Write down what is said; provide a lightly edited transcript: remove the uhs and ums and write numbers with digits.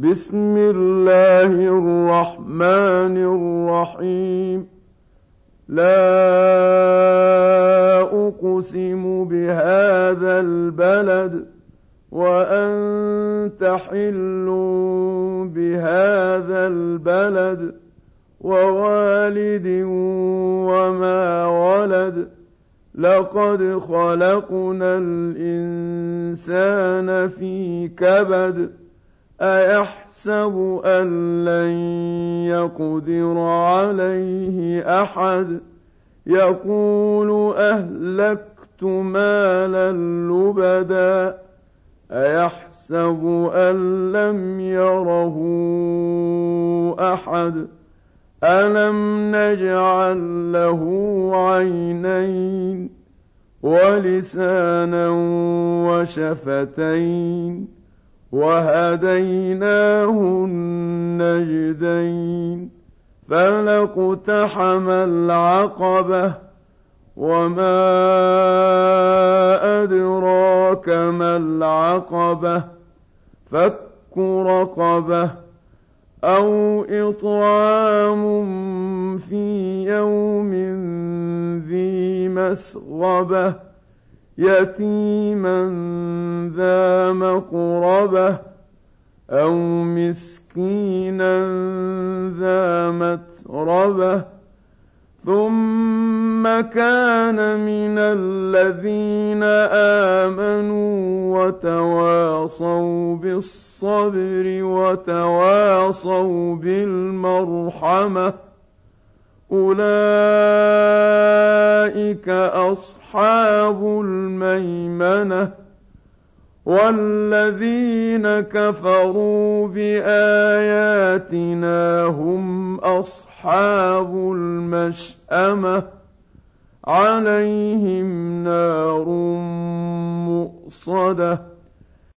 بسم الله الرحمن الرحيم. لا أقسم بهذا البلد وأنت حل بهذا البلد ووالد وما ولد لقد خلقنا الإنسان في كبد أيحسب أن لن يقدر عليه أحد يقول أهلكت مالا لبدا أيحسب أن لم يره أحد ألم نجعل له عينين ولسانا وشفتين وهديناه النجدين فلاقتحم العقبة وما أدراك ما العقبة فك رقبة أو إطعام في يوم ذي مسغبة يتيما ذا مقربة أو مسكينا ذا متربة ثم كان من الذين آمنوا وتواصوا بالصبر وتواصوا بالمرحمة أولئك أصحاب الميمنة والذين كفروا بآياتنا هم أصحاب المشأمة عليهم نار مؤصدة